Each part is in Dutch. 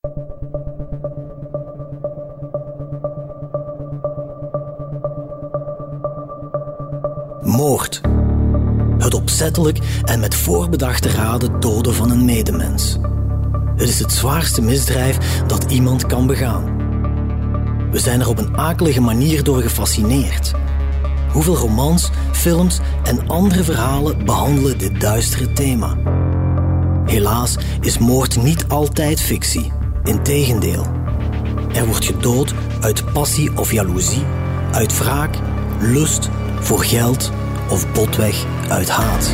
Moord. Het opzettelijk en met voorbedachte raden doden van een medemens. Het is het zwaarste misdrijf dat iemand kan begaan. We zijn er op een akelige manier door gefascineerd. Hoeveel romans, films en andere verhalen behandelen dit duistere thema? Helaas is moord niet altijd fictie. Integendeel. Er wordt gedood uit passie of jaloezie, uit wraak, lust, voor geld of botweg uit haat.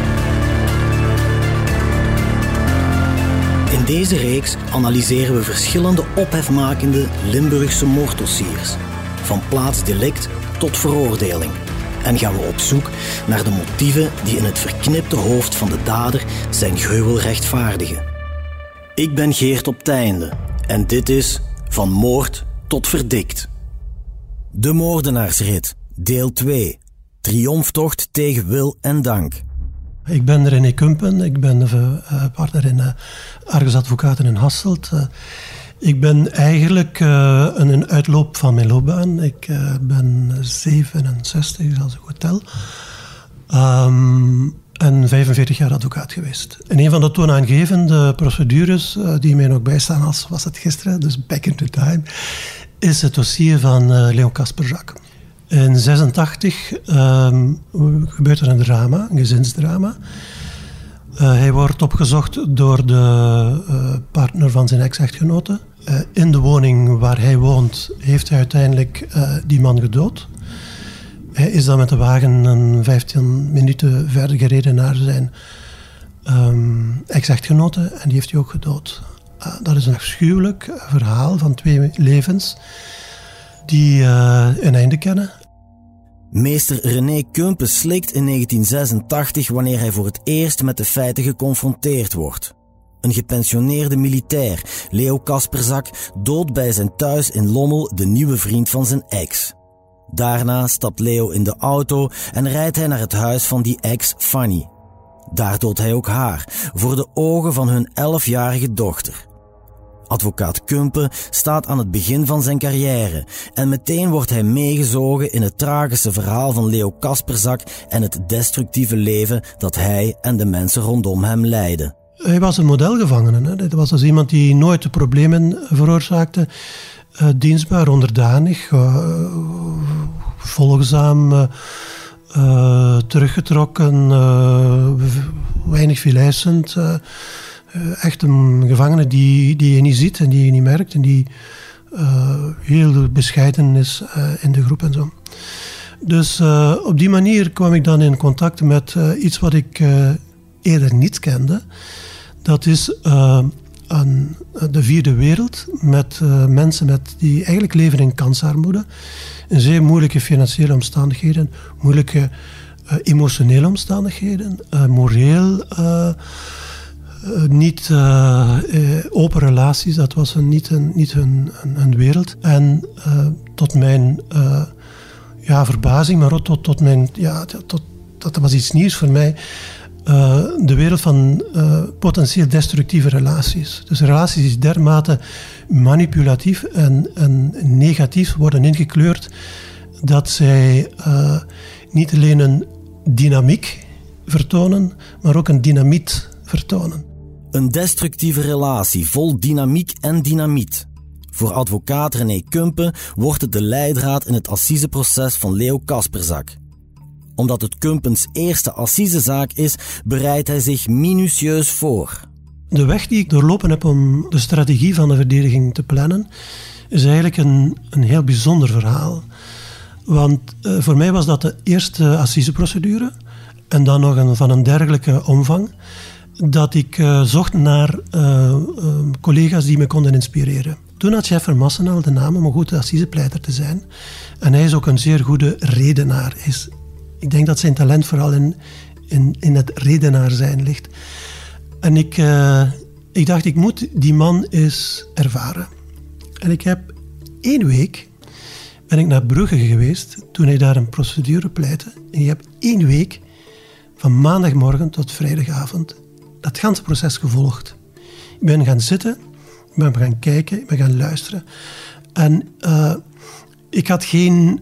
In deze reeks analyseren we verschillende ophefmakende Limburgse moorddossiers, van plaatsdelict tot veroordeling, en gaan we op zoek naar de motieven die in het verknipte hoofd van de dader zijn gruwel rechtvaardigen. Ik ben Geert op Teinde en dit is Van Moord tot Verdikt. De Moordenaarsrit, deel 2. Triomftocht tegen wil en dank. Ik ben René Kumpen, ik ben partner in Argus Advocaten in Hasselt. Ik ben eigenlijk een uitloop van mijn loopbaan. Ik ben 67, als ik goed tel. En 45 jaar advocaat geweest. En een van de toonaangevende procedures die mij nog bijstaan als was het gisteren, dus back in the time, is het dossier van Leon Kasperzak. In 86 gebeurt er een drama, een gezinsdrama. Hij wordt opgezocht door de partner van zijn ex-echtgenote. In de woning waar hij woont heeft hij uiteindelijk die man gedood. Hij is dan met de wagen een 15 minuten verder gereden naar zijn ex-echtgenote en die heeft hij ook gedood. Dat is een afschuwelijk verhaal van 2 levens die een einde kennen. Meester René Kumpen slikt in 1986 wanneer hij voor het eerst met de feiten geconfronteerd wordt. Een gepensioneerde militair, Leo Kasperzak, doodt bij zijn thuis in Lommel de nieuwe vriend van zijn ex. Daarna stapt Leo in de auto en rijdt hij naar het huis van die ex, Fanny. Daar doodt hij ook haar, voor de ogen van hun 11-jarige dochter. Advocaat Kumpen staat aan het begin van zijn carrière en meteen wordt hij meegezogen in het tragische verhaal van Leo Kasperzak en het destructieve leven dat hij en de mensen rondom hem leidden. Hij was een modelgevangene. Hè. Dat was dus iemand die nooit de problemen veroorzaakte. Dienstbaar, onderdanig, volgzaam, teruggetrokken, weinig vieleisend. Echt een gevangene die je niet ziet en die je niet merkt en die heel bescheiden is in de groep en zo. Dus op die manier kwam ik dan in contact met iets wat ik eerder niet kende. Dat is de vierde wereld met mensen die eigenlijk leven in kansarmoede. In zeer moeilijke financiële omstandigheden, moeilijke emotionele omstandigheden, moreel niet open relaties, dat was niet hun wereld. En tot mijn verbazing, maar ook tot mijn, dat was iets nieuws voor mij, de wereld van potentieel destructieve relaties. Dus relaties die dermate manipulatief en negatief worden ingekleurd, dat zij niet alleen een dynamiek vertonen, maar ook een dynamiet vertonen. Een destructieve relatie vol dynamiek en dynamiet. Voor advocaat René Kumpen wordt het de leidraad in het assiseproces van Leo Kasperzak. Omdat het Kumpens eerste assisezaak is, bereidt hij zich minutieus voor. De weg die ik doorlopen heb om de strategie van de verdediging te plannen, is eigenlijk een heel bijzonder verhaal. Want voor mij was dat de eerste assiseprocedure en dan nog van een dergelijke omvang, dat ik zocht naar collega's die me konden inspireren. Toen had Jeffer Massenaal de naam om een goede assisepleiter te zijn. En hij is ook een zeer goede redenaar. Ik denk dat zijn talent vooral in het redenaar zijn ligt. En ik dacht, ik moet die man eens ervaren. En ik heb 1 week ben ik naar Brugge geweest toen hij daar een procedure pleitte. En je hebt 1 week van maandagmorgen tot vrijdagavond dat ganse proces gevolgd. Ik ben gaan zitten Ik ben gaan kijken, ik ben gaan luisteren. En ik had geen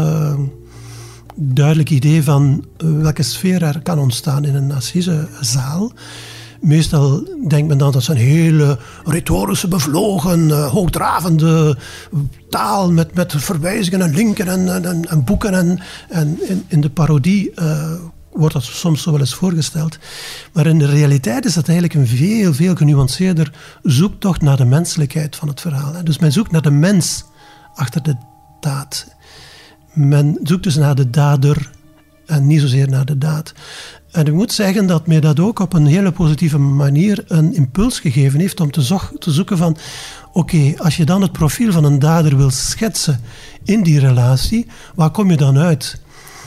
duidelijk idee van welke sfeer er kan ontstaan in een assisezaal. Meestal denkt men dan dat ze een hele retorische, bevlogen, hoogdravende taal met verwijzingen en linken en boeken. En in de parodie wordt dat soms zo wel eens voorgesteld. Maar in de realiteit is dat eigenlijk een veel, veel genuanceerder zoektocht naar de menselijkheid van het verhaal. Dus men zoekt naar de mens achter de daad. Men zoekt dus naar de dader en niet zozeer naar de daad. En ik moet zeggen dat mij dat ook op een hele positieve manier een impuls gegeven heeft om te zoeken van oké, als je dan het profiel van een dader wil schetsen in die relatie, waar kom je dan uit?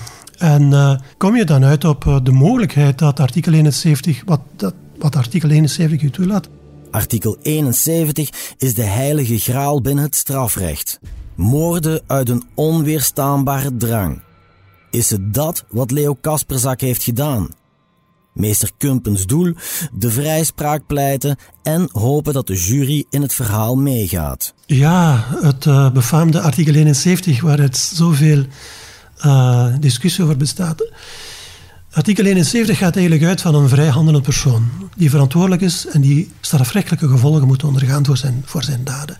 En kom je dan uit op de mogelijkheid dat artikel 71, wat artikel 71 u toelaat? Artikel 71 is de heilige graal binnen het strafrecht. Moorden uit een onweerstaanbare drang. Is het dat wat Leo Kasperzak heeft gedaan? Meester Kumpens doel, de vrijspraak pleiten en hopen dat de jury in het verhaal meegaat. Ja, het befaamde artikel 71, waar het zoveel discussie over bestaat. Artikel 71 gaat eigenlijk uit van een vrij handelend persoon die verantwoordelijk is en die strafrechtelijke gevolgen moet ondergaan voor zijn daden.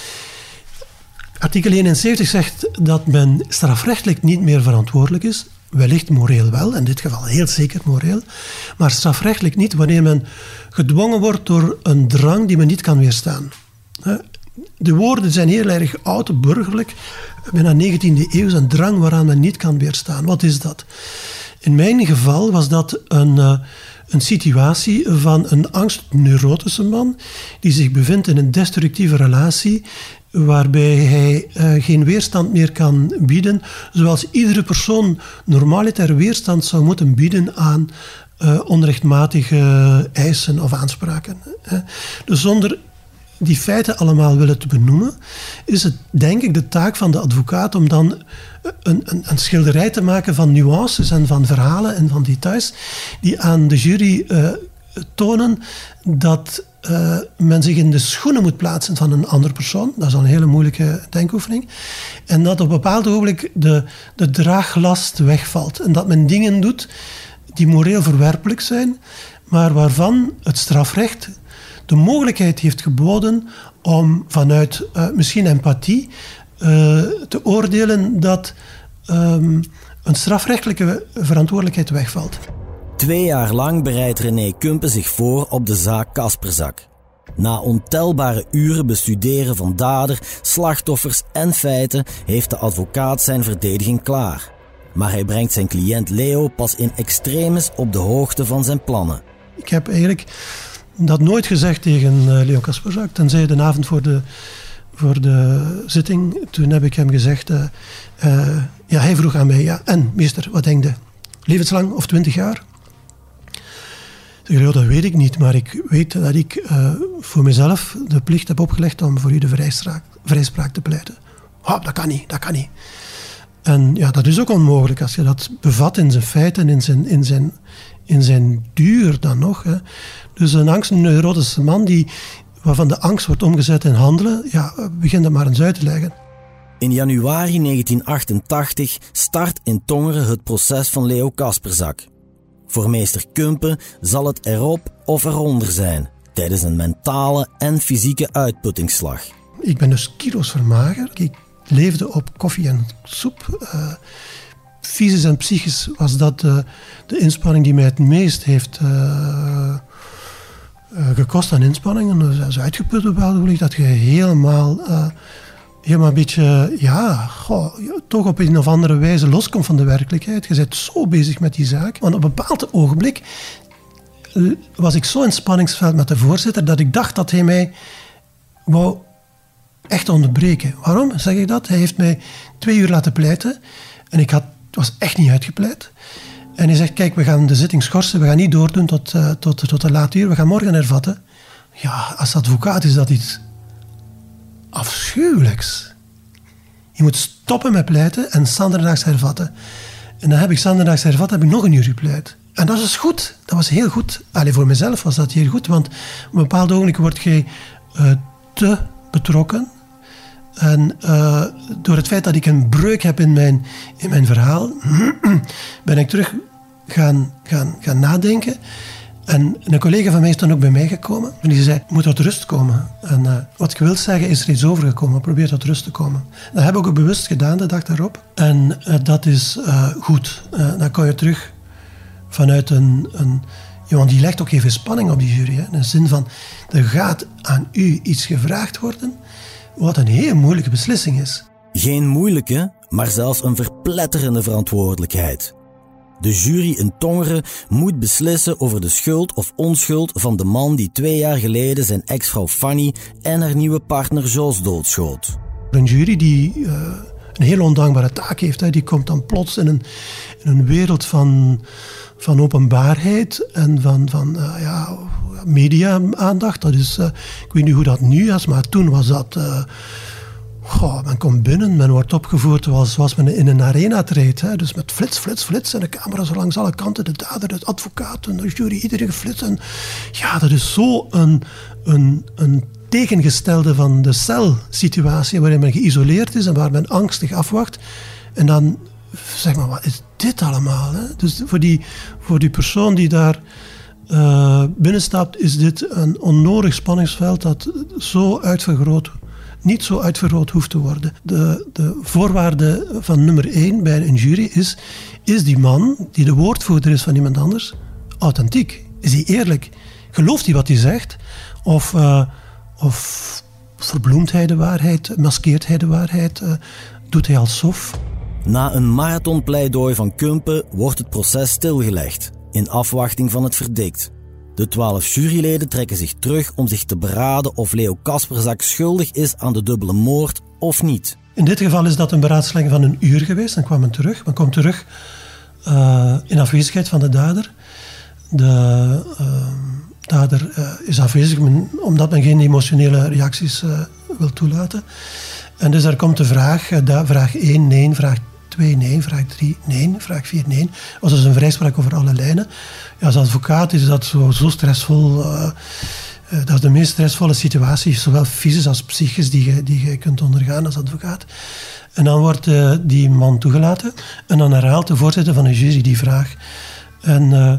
Artikel 71 zegt dat men strafrechtelijk niet meer verantwoordelijk is, wellicht moreel wel, in dit geval heel zeker moreel, maar strafrechtelijk niet wanneer men gedwongen wordt door een drang die men niet kan weerstaan. De woorden zijn heel erg oud, burgerlijk, bijna 19e eeuw, een drang waaraan men niet kan weerstaan. Wat is dat? In mijn geval was dat een situatie van een angstneurotische man die zich bevindt in een destructieve relatie waarbij hij geen weerstand meer kan bieden, zoals iedere persoon normaliter weerstand zou moeten bieden aan onrechtmatige eisen of aanspraken. Dus zonder die feiten allemaal willen te benoemen, is het denk ik de taak van de advocaat om dan een schilderij te maken van nuances en van verhalen en van details die aan de jury tonen dat men zich in de schoenen moet plaatsen van een andere persoon. Dat is al een hele moeilijke denkoefening. En dat op een bepaald ogenblik de draaglast wegvalt. En dat men dingen doet die moreel verwerpelijk zijn, maar waarvan het strafrecht de mogelijkheid heeft geboden om vanuit misschien empathie te oordelen dat een strafrechtelijke verantwoordelijkheid wegvalt. 2 jaar lang bereidt René Kumpen zich voor op de zaak Kasperzak. Na ontelbare uren bestuderen van dader, slachtoffers en feiten heeft de advocaat zijn verdediging klaar. Maar hij brengt zijn cliënt Leo pas in extremis op de hoogte van zijn plannen. Ik heb eigenlijk dat nooit gezegd tegen Leo Kasperzak, tenzij de avond voor de zitting. Toen heb ik hem gezegd, hij vroeg aan mij, en meester, wat denk je? Levenslang of 20 jaar? Ik zeg, dat weet ik niet, maar ik weet dat ik voor mezelf de plicht heb opgelegd om voor u de vrijspraak te pleiten. Dat kan niet. En ja, dat is ook onmogelijk als je dat bevat in zijn feiten, in zijn duur dan nog. Hè. Dus een angstneurotische man waarvan de angst wordt omgezet in handelen, begin dat maar eens uit te leggen. In januari 1988 start in Tongeren het proces van Leo Kasperzak. Voor meester Kumpen zal het erop of eronder zijn, tijdens een mentale en fysieke uitputtingsslag. Ik ben dus kilo's vermagerd. Ik leefde op koffie en soep. Fysisch en psychisch was dat de inspanning die mij het meest heeft gekost aan inspanningen. Dat is uitgeput op wel, dat je helemaal een beetje, toch op een of andere wijze loskomt van de werkelijkheid. Je bent zo bezig met die zaak. Want op een bepaald ogenblik was ik zo in spanningsveld met de voorzitter dat ik dacht dat hij mij wou echt onderbreken. Waarom zeg ik dat? Hij heeft mij 2 uur laten pleiten en ik was echt niet uitgepleit. En hij zegt, kijk, we gaan de zitting schorsen, we gaan niet doordoen tot een laat uur, we gaan morgen hervatten. Ja, als advocaat is dat iets afschuwelijks. Je moet stoppen met pleiten en zanderdaags hervatten. En dan heb ik zanderdaags hervat, heb ik nog 1 uur gepleit. En dat is goed. Dat was heel goed. Voor mezelf was dat heel goed, want op een bepaald ogenblik word je te betrokken. En door het feit dat ik een breuk heb in mijn verhaal, ben ik terug gaan nadenken. En een collega van mij is dan ook bij mij gekomen. En die zei, je moet tot rust komen. En wat je wilt zeggen is er iets overgekomen. Probeer tot rust te komen. Dat heb ik ook bewust gedaan de dag daarop. En dat is goed. Dan kan je terug vanuit want die legt ook even spanning op die jury. Hè. In de zin van, er gaat aan u iets gevraagd worden, wat een heel moeilijke beslissing is. Geen moeilijke, maar zelfs een verpletterende verantwoordelijkheid. De jury in Tongeren moet beslissen over de schuld of onschuld van de man die 2 jaar geleden zijn ex-vrouw Fanny en haar nieuwe partner Jos doodschoot. Een jury die een heel ondankbare taak heeft. Hè. Die komt dan plots in een wereld van openbaarheid en van media-aandacht. Dat is, ik weet niet hoe dat nu is, maar toen was dat... men komt binnen, men wordt opgevoerd zoals men in een arena treedt. Hè. Dus met flits, flits, flits. En de camera's langs alle kanten, de dader, de advocaat en de jury, iedereen geflitst. En ja, dat is zo een tegengestelde van de celsituatie waarin men geïsoleerd is en waar men angstig afwacht. En dan, zeg maar, wat is dit allemaal? Hè? Dus voor die persoon die daar binnenstapt, is dit een onnodig spanningsveld dat zo uitvergroot niet zo uitvergroot hoeft te worden. De voorwaarde van nummer 1 bij een jury is die man, die de woordvoerder is van iemand anders, authentiek? Is hij eerlijk? Gelooft hij wat hij zegt? Of verbloemt hij de waarheid? Maskeert hij de waarheid? Doet hij alsof? Na een marathonpleidooi van Kumpe wordt het proces stilgelegd, in afwachting van het verdict. De 12 juryleden trekken zich terug om zich te beraden of Leo Kasperzak schuldig is aan de dubbele moord of niet. In dit geval is dat een beraadslaging van 1 uur geweest. Dan kwam men terug. Men komt terug in afwezigheid van de dader. De dader is afwezig omdat men geen emotionele reacties wil toelaten. En dus er komt de vraag, vraag 1, nee, vraag 2, nee, vraag 3, nee, vraag 4, nee. Dat was dus een vrijspraak over alle lijnen. Ja, als advocaat is dat zo stressvol. Dat is de meest stressvolle situatie, zowel fysisch als psychisch, die je kunt ondergaan als advocaat. En dan wordt die man toegelaten en dan herhaalt de voorzitter van de jury die vraag. En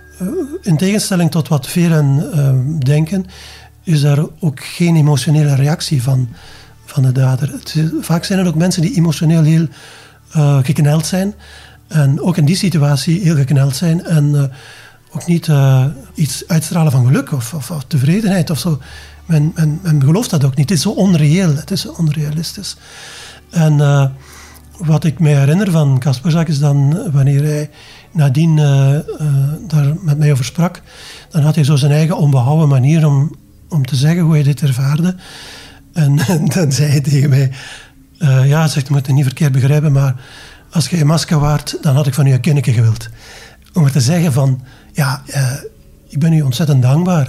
in tegenstelling tot wat velen denken, is er ook geen emotionele reactie van de dader. Vaak zijn er ook mensen die emotioneel heel gekneld zijn. En ook in die situatie heel gekneld zijn. En ook niet iets uitstralen van geluk of tevredenheid of zo. Men gelooft dat ook niet. Het is zo onreëel. Het is zo onrealistisch. En wat ik me herinner van Kasperzak is dan, wanneer hij nadien daar met mij over sprak, dan had hij zo zijn eigen onbehouden manier om te zeggen hoe hij dit ervaarde. En dan zei hij tegen mij, ja, zegt, je moet het niet verkeerd begrijpen, maar als je een masker waart, dan had ik van u een kinneke gewild. Om er te zeggen van, ja, ik ben u ontzettend dankbaar.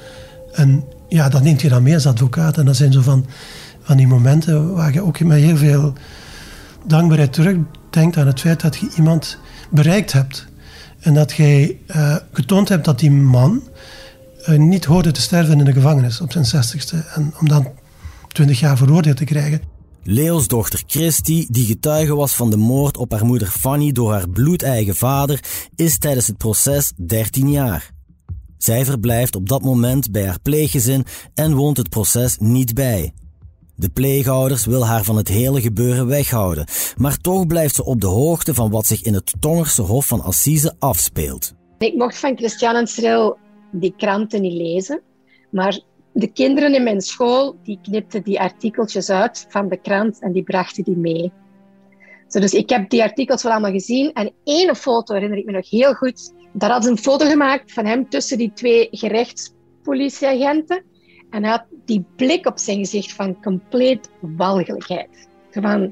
En ja, dat neemt je dan mee als advocaat. En dat zijn zo van die momenten waar je ook met heel veel dankbaarheid terugdenkt aan het feit dat je iemand bereikt hebt. En dat jij getoond hebt dat die man niet hoorde te sterven in de gevangenis op zijn 60ste. En om dan 20 jaar veroordeeld te krijgen. Leo's dochter Christy, die getuige was van de moord op haar moeder Fanny door haar bloedeigen vader, is tijdens het proces 13 jaar. Zij verblijft op dat moment bij haar pleeggezin en woont het proces niet bij. De pleegouders wil haar van het hele gebeuren weghouden, maar toch blijft ze op de hoogte van wat zich in het Tongerse Hof van Assise afspeelt. Ik mocht van Christian en Cyril die kranten niet lezen, maar de kinderen in mijn school die knipten die artikeltjes uit van de krant en die brachten die mee. Dus ik heb die artikels wel allemaal gezien en één foto herinner ik me nog heel goed. Daar had ze een foto gemaakt van hem tussen die 2 gerechtspolitieagenten. En hij had die blik op zijn gezicht van compleet walgelijkheid. Van,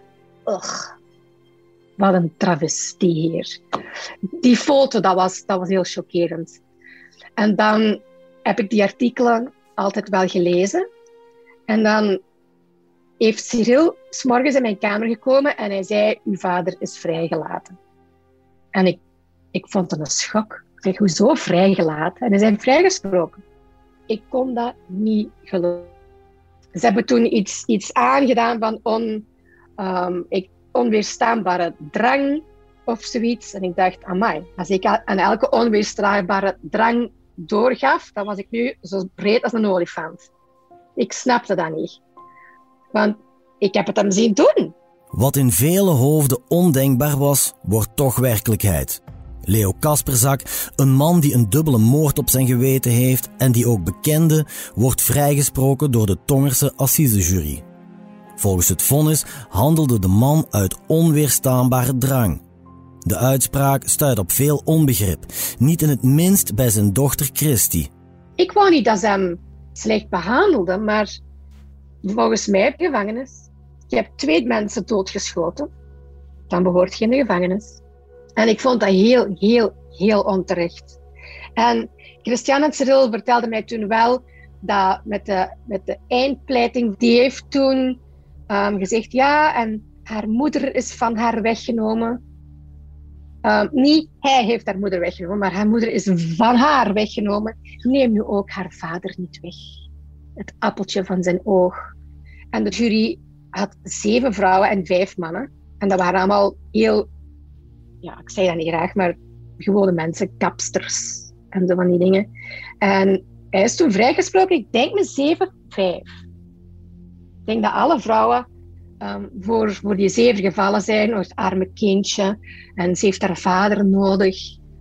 wat een travestie hier. Die foto, dat was heel chockerend. En dan heb ik die artikelen altijd wel gelezen. En dan heeft Cyril 's morgens in mijn kamer gekomen en hij zei, uw vader is vrijgelaten. En ik vond het een schok. Ik zeg, hoezo vrijgelaten? En hij zei, vrijgesproken. Ik kon dat niet geloven. Ze hebben toen iets aangedaan van onweerstaanbare drang of zoiets. En ik dacht, amai, als ik aan elke onweerstaanbare drang doorgaf, dan was ik nu zo breed als een olifant. Ik snapte dat niet. Want ik heb het hem zien doen. Wat in vele hoofden ondenkbaar was, wordt toch werkelijkheid. Leo Kasperzak, een man die een dubbele moord op zijn geweten heeft en die ook bekende, wordt vrijgesproken door de Tongerse assisejury. Volgens het vonnis handelde de man uit onweerstaanbare drang. De uitspraak stuit op veel onbegrip, niet in het minst bij zijn dochter Christy. Ik wou niet dat ze hem slecht behandelde, maar volgens mij in de gevangenis. Je hebt 2 mensen doodgeschoten, dan behoort je in de gevangenis. En ik vond dat heel, heel, heel onterecht. En Christiane Cyril vertelde mij toen wel dat met de eindpleiting, die heeft toen gezegd, ja, en haar moeder is van haar weggenomen. Niet hij heeft haar moeder weggenomen, maar haar moeder is van haar weggenomen. Neem nu ook haar vader niet weg. Het appeltje van zijn oog. En de jury had 7 vrouwen en 5 mannen. En dat waren allemaal heel, ja, ik zeg dat niet graag, maar gewone mensen, kapsters en zo van die dingen. En hij is toen vrijgesproken, ik denk met 7-5. Ik denk dat alle vrouwen voor die 7 gevallen zijn, het arme kindje, en ze heeft haar vader nodig.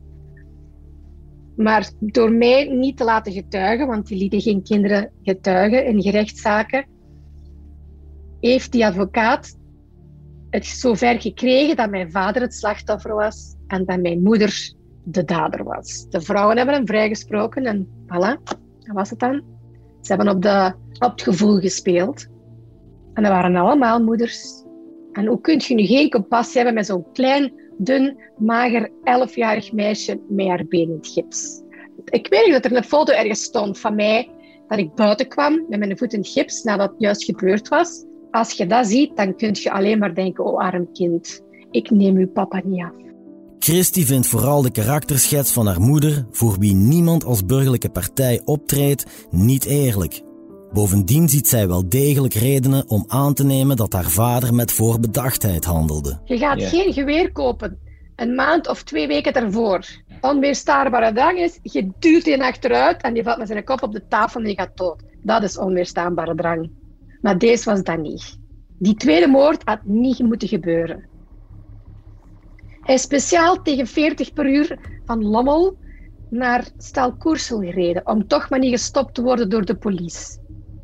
Maar door mij niet te laten getuigen, want die lieten geen kinderen getuigen in gerechtszaken, heeft die advocaat het zover gekregen dat mijn vader het slachtoffer was en dat mijn moeder de dader was. De vrouwen hebben hem vrijgesproken en voilà, dat was het dan. Ze hebben op het gevoel gespeeld. En dat waren allemaal moeders. En hoe kun je nu geen compassie hebben met zo'n klein, dun, mager, 11-jarig meisje met haar been in het gips? Ik weet dat er een foto ergens stond van mij, dat ik buiten kwam met mijn voet in het gips nadat het juist gebeurd was. Als je dat ziet, dan kun je alleen maar denken, oh arm kind, ik neem uw papa niet af. Christy vindt vooral de karakterschets van haar moeder, voor wie niemand als burgerlijke partij optreedt, niet eerlijk. Bovendien ziet zij wel degelijk redenen om aan te nemen dat haar vader met voorbedachtheid handelde. Je gaat geen geweer kopen, een maand of 2 weken ervoor. Onweerstaanbare drang is, je duwt die achteruit en die valt met zijn kop op de tafel en die gaat dood. Dat is onweerstaanbare drang. Maar deze was dat niet. Die tweede moord had niet moeten gebeuren. Hij is speciaal tegen 40 per uur van Lommel naar Stalkoersel gereden, om toch maar niet gestopt te worden door de politie.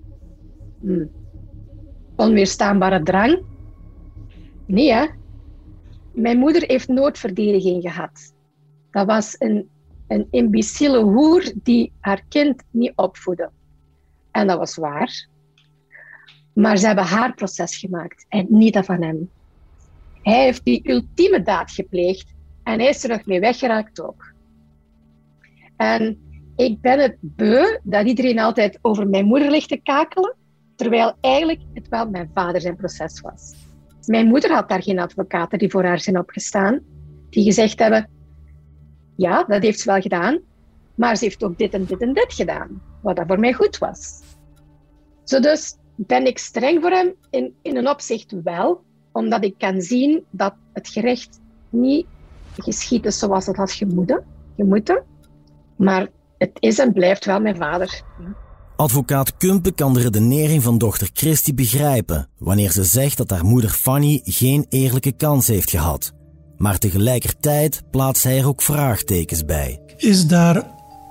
Onweerstaanbare drang? Nee, hè? Mijn moeder heeft nooit verdediging gehad. Dat was een imbeciele hoer die haar kind niet opvoedde. En dat was waar. Maar ze hebben haar proces gemaakt en niet dat van hem. Hij heeft die ultieme daad gepleegd en hij is er nog mee weggeraakt ook. En ik ben het beu dat iedereen altijd over mijn moeder ligt te kakelen, terwijl eigenlijk het wel mijn vader zijn proces was. Mijn moeder had daar geen advocaten die voor haar zijn opgestaan, die gezegd hebben, ja, dat heeft ze wel gedaan, maar ze heeft ook dit en dit en dit gedaan, wat dat voor mij goed was. Zo dus ben ik streng voor hem in een opzicht wel, omdat ik kan zien dat het gerecht niet geschiet is zoals het had gemoeten. Maar het is en blijft wel mijn vader. Advocaat Kumpe kan de redenering van dochter Christy begrijpen, wanneer ze zegt dat haar moeder Fanny geen eerlijke kans heeft gehad. Maar tegelijkertijd plaatst hij er ook vraagtekens bij. Is daar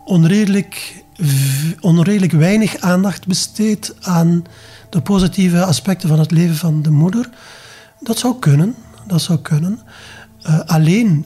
onredelijk weinig aandacht besteed aan de positieve aspecten van het leven van de moeder? Dat zou kunnen. Alleen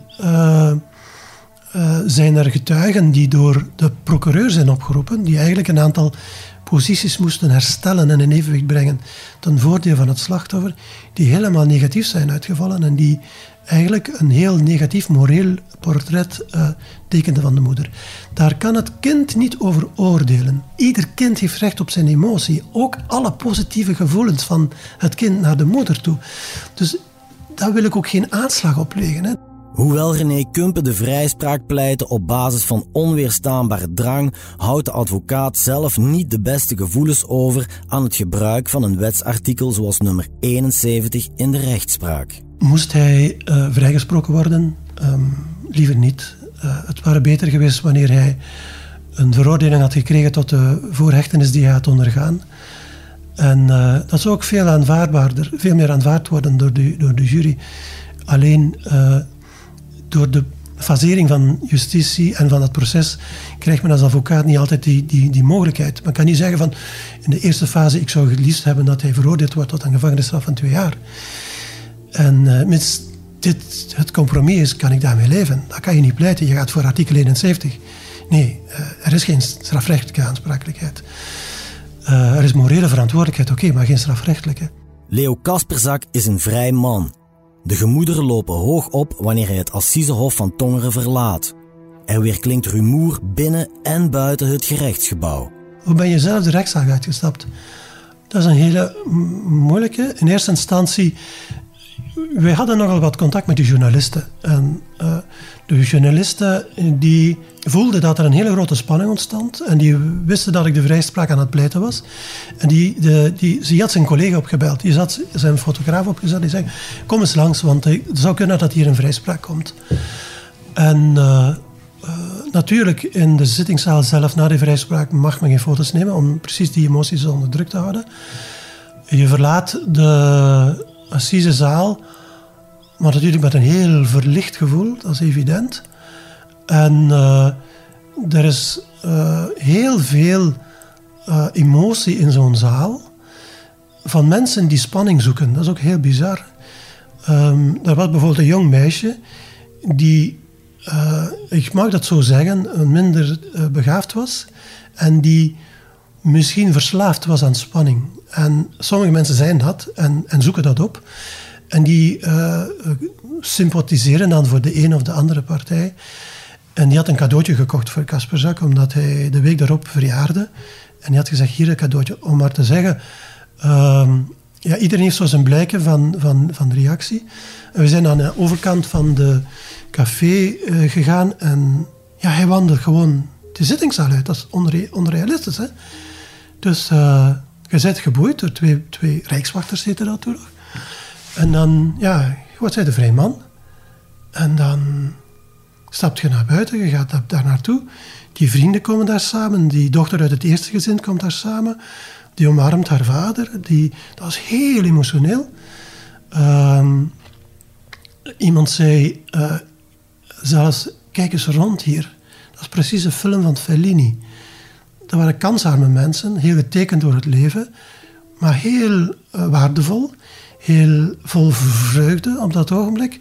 zijn er getuigen die door de procureur zijn opgeroepen, die eigenlijk een aantal posities moesten herstellen en in evenwicht brengen ten voordele van het slachtoffer, die helemaal negatief zijn uitgevallen en die eigenlijk een heel negatief moreel portret tekenden van de moeder. Daar kan het kind niet over oordelen. Ieder kind heeft recht op zijn emotie. Ook alle positieve gevoelens van het kind naar de moeder toe. Dus daar wil ik ook geen aanslag op leggen. Hè. Hoewel René Kumpe de vrijspraak pleitte op basis van onweerstaanbare drang, houdt de advocaat zelf niet de beste gevoelens over aan het gebruik van een wetsartikel zoals nummer 71 in de rechtspraak. Moest hij vrijgesproken worden? Liever niet. Het waren beter geweest wanneer hij een veroordeling had gekregen tot de voorhechtenis die hij had ondergaan. En dat zou ook veel meer aanvaard worden door de jury. Alleen door de fasering van justitie en van het proces krijgt men als advocaat niet altijd die mogelijkheid. Men kan niet zeggen van in de eerste fase ik zou het liefst hebben dat hij veroordeeld wordt tot een gevangenisstraf van 2 jaar. En mits dit het compromis is, kan ik daarmee leven. Dat kan je niet pleiten. Je gaat voor artikel 71. Nee, er is geen strafrechtelijke aansprakelijkheid. Er is morele verantwoordelijkheid, oké, maar geen strafrechtelijke. Leo Kasperzak is een vrij man. De gemoederen lopen hoog op wanneer hij het Assisehof van Tongeren verlaat. Er weerklinkt rumoer binnen en buiten het gerechtsgebouw. Hoe ben je zelf de rechtszaal uitgestapt? Dat is een hele moeilijke. In eerste instantie, wij hadden nogal wat contact met de journalisten. En de journalisten die voelden dat er een hele grote spanning ontstond. En die wisten dat ik de vrijspraak aan het pleiten was. En ze had zijn collega opgebeld. Die had zijn fotograaf opgezet. Die zei, kom eens langs, want het zou kunnen dat hier een vrijspraak komt. En natuurlijk, in de zittingszaal zelf na de vrijspraak mag men geen foto's nemen om precies die emoties onder druk te houden. Je verlaat de assisezaal, maar natuurlijk met een heel verlicht gevoel, dat is evident. En er is heel veel emotie in zo'n zaal van mensen die spanning zoeken. Dat is ook heel bizar. Er was bijvoorbeeld een jong meisje die, ik mag dat zo zeggen, minder begaafd was en die misschien verslaafd was aan spanning. En sommige mensen zijn dat en zoeken dat op. En die sympathiseren dan voor de een of de andere partij. En die had een cadeautje gekocht voor Kasperzak, omdat hij de week daarop verjaarde. En die had gezegd, hier een cadeautje. Om maar te zeggen, iedereen heeft zo zijn blijken van de reactie. En we zijn aan de overkant van de café gegaan. En ja, hij wandelt gewoon de zittingszaal uit. Dat is onrealistisch, hè. Dus je bent geboeid door twee rijkswachters, zitten dat toen nog. En dan, ja, wat zei de vrij man? En dan stapt je naar buiten, je gaat daar naartoe. Die vrienden komen daar samen, die dochter uit het eerste gezin komt daar samen. Die omarmt haar vader, dat was heel emotioneel. Iemand zei zelfs, kijk eens rond hier. Dat is precies een film van Fellini. Dat waren kansarme mensen, heel getekend door het leven, maar heel waardevol, heel vol vreugde op dat ogenblik.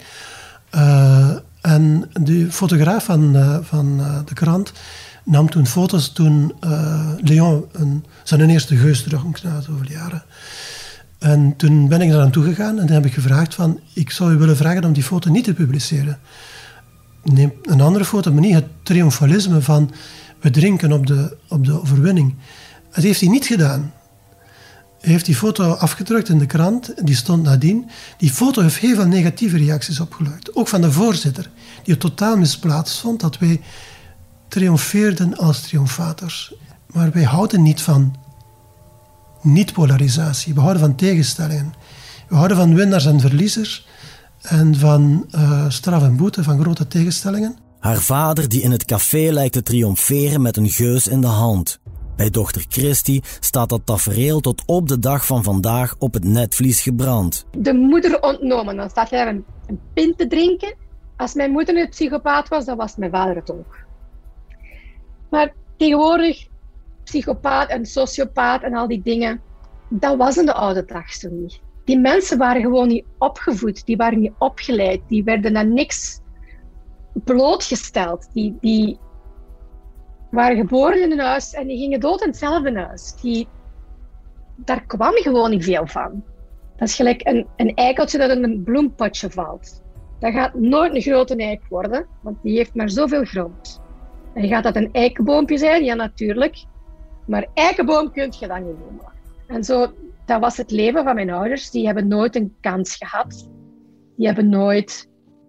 En de fotograaf van de krant nam toen foto's toen Leon zijn eerste geus terug na zoveel jaren. En toen ben ik naar hem toegegaan en dan heb ik gevraagd van, ik zou u willen vragen om die foto niet te publiceren. Neem een andere foto, maar niet het triomfalisme van we drinken op de overwinning. Dat heeft hij niet gedaan. Hij heeft die foto afgedrukt in de krant, die stond nadien. Die foto heeft heel veel negatieve reacties opgeluid. Ook van de voorzitter, die het totaal misplaatst vond dat wij triomfeerden als triomfators. Maar wij houden niet van niet-polarisatie. We houden van tegenstellingen. We houden van winnaars en verliezers en van straf en boete, van grote tegenstellingen. Haar vader die in het café lijkt te triomferen met een geus in de hand. Bij dochter Christy staat dat tafereel tot op de dag van vandaag op het netvlies gebrand. De moeder ontnomen, dan staat hij een pint te drinken. Als mijn moeder een psychopaat was, dan was mijn vader het ook. Maar tegenwoordig, psychopaat en sociopaat en al die dingen, dat was in de oude dag zo niet. Die mensen waren gewoon niet opgevoed, die waren niet opgeleid, die werden aan niks blootgesteld. Die waren geboren in een huis en die gingen dood in hetzelfde huis. Daar kwam gewoon niet veel van. Dat is gelijk een eikeltje dat in een bloempotje valt. Dat gaat nooit een grote eik worden, want die heeft maar zoveel grond. En gaat dat een eikenboompje zijn? Ja, natuurlijk. Maar eikenboom kun je dan niet noemen. En zo, dat was het leven van mijn ouders. Die hebben nooit een kans gehad. Die hebben nooit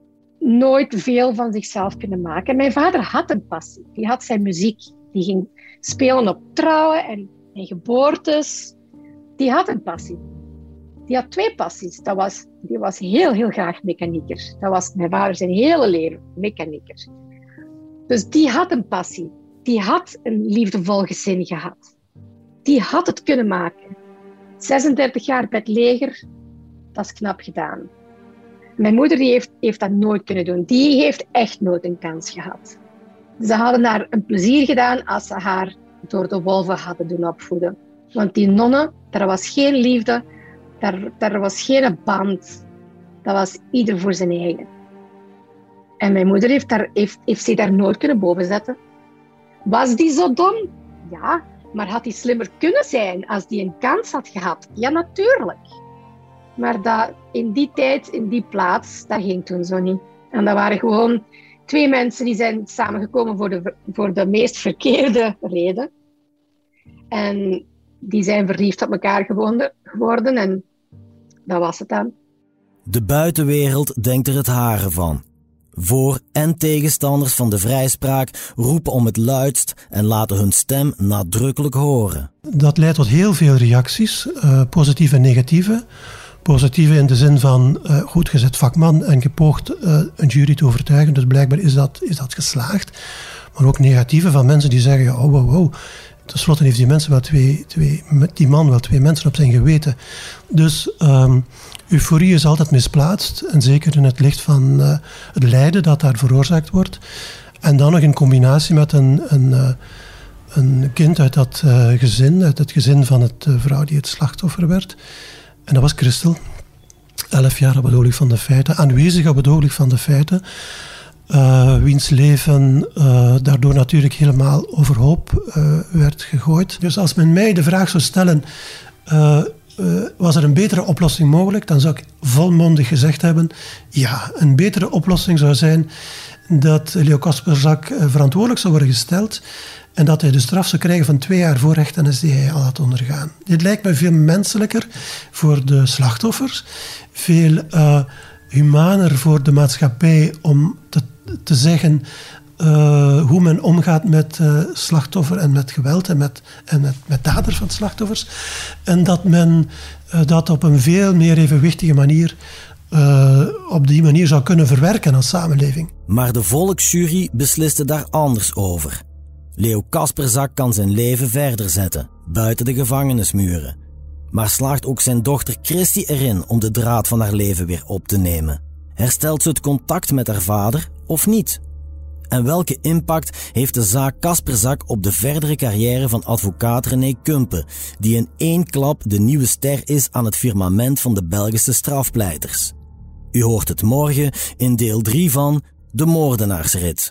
nooit veel van zichzelf kunnen maken. Mijn vader had een passie. Die had zijn muziek. Die ging spelen op trouwen en geboortes. Die had een passie. Die had 2 passies. Die was heel, heel graag mechanieker. Dat was mijn vader zijn hele leven, mechanieker. Dus die had een passie. Die had een liefdevol gezin gehad. Die had het kunnen maken. 36 jaar bij het leger, dat is knap gedaan. Mijn moeder die heeft dat nooit kunnen doen. Die heeft echt nooit een kans gehad. Ze hadden haar een plezier gedaan als ze haar door de wolven hadden doen opvoeden. Want die nonnen, daar was geen liefde, daar was geen band. Dat was ieder voor zijn eigen. En mijn moeder heeft zich daar nooit kunnen boven zetten. Was die zo dom? Ja, maar had die slimmer kunnen zijn als die een kans had gehad? Ja, natuurlijk. Maar dat, in die tijd, in die plaats, dat ging toen zo niet. En dat waren gewoon 2 mensen die zijn samengekomen voor de meest verkeerde reden. En die zijn verliefd op elkaar geworden en dat was het dan. De buitenwereld denkt er het hare van. Voor- en tegenstanders van de vrijspraak roepen om het luidst en laten hun stem nadrukkelijk horen. Dat leidt tot heel veel reacties, positieve en negatieve. Positieve in de zin van, goed, je bent vakman en je poogt een jury te overtuigen, dus blijkbaar is dat geslaagd. Maar ook negatieve van mensen die zeggen, oh, wow. Ten slotte heeft die man wel 2 mensen op zijn geweten. Dus euforie is altijd misplaatst. En zeker in het licht van het lijden dat daar veroorzaakt wordt. En dan nog in combinatie met een kind uit dat gezin. Uit het gezin van de vrouw die het slachtoffer werd. En dat was Christel. 11 jaar op het ogenblik van de feiten. Aanwezig op het ogenblik van de feiten. Wiens leven daardoor natuurlijk helemaal overhoop werd gegooid. Dus als men mij de vraag zou stellen, was er een betere oplossing mogelijk? Dan zou ik volmondig gezegd hebben, ja, een betere oplossing zou zijn dat Leo Kasperzak verantwoordelijk zou worden gesteld en dat hij de straf zou krijgen van 2 jaar voorrechtenis die hij al had ondergaan. Dit lijkt me veel menselijker voor de slachtoffers, veel humaner voor de maatschappij om te zeggen hoe men omgaat met slachtoffer en met geweld en met daders van slachtoffers. En dat men dat op een veel meer evenwichtige manier op die manier zou kunnen verwerken als samenleving. Maar de volksjury besliste daar anders over. Leo Kasperzak kan zijn leven verder zetten, buiten de gevangenismuren. Maar slaagt ook zijn dochter Christy erin om de draad van haar leven weer op te nemen? Herstelt ze het contact met haar vader of niet? En welke impact heeft de zaak Kasperzak op de verdere carrière van advocaat René Kumpe, die in 1 klap de nieuwe ster is aan het firmament van de Belgische strafpleiters? U hoort het morgen in deel 3 van De Moordenaarsrit.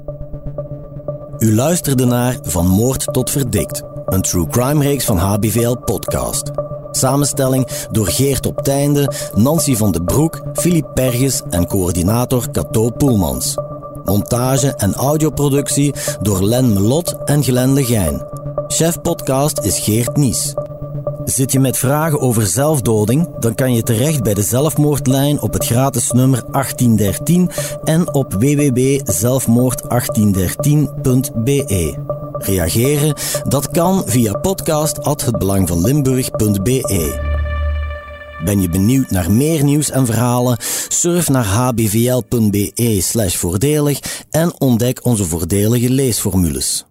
U luisterde naar Van Moord tot Verdikt, een true crime reeks van HBVL Podcast. Samenstelling door Geert op Teinde, Nancy van de Broek, Philippe Perges en coördinator Cato Poelmans. Montage en audioproductie door Len Melot en Glenn Legijn. Chef podcast is Geert Nies. Zit je met vragen over zelfdoding? Dan kan je terecht bij de zelfmoordlijn op het gratis nummer 1813 en op www.zelfmoord1813.be. Reageren? Dat kan via podcast@hetbelangvanlimburg.be. Ben je benieuwd naar meer nieuws en verhalen? Surf naar hbvl.be/voordelig en ontdek onze voordelige leesformules.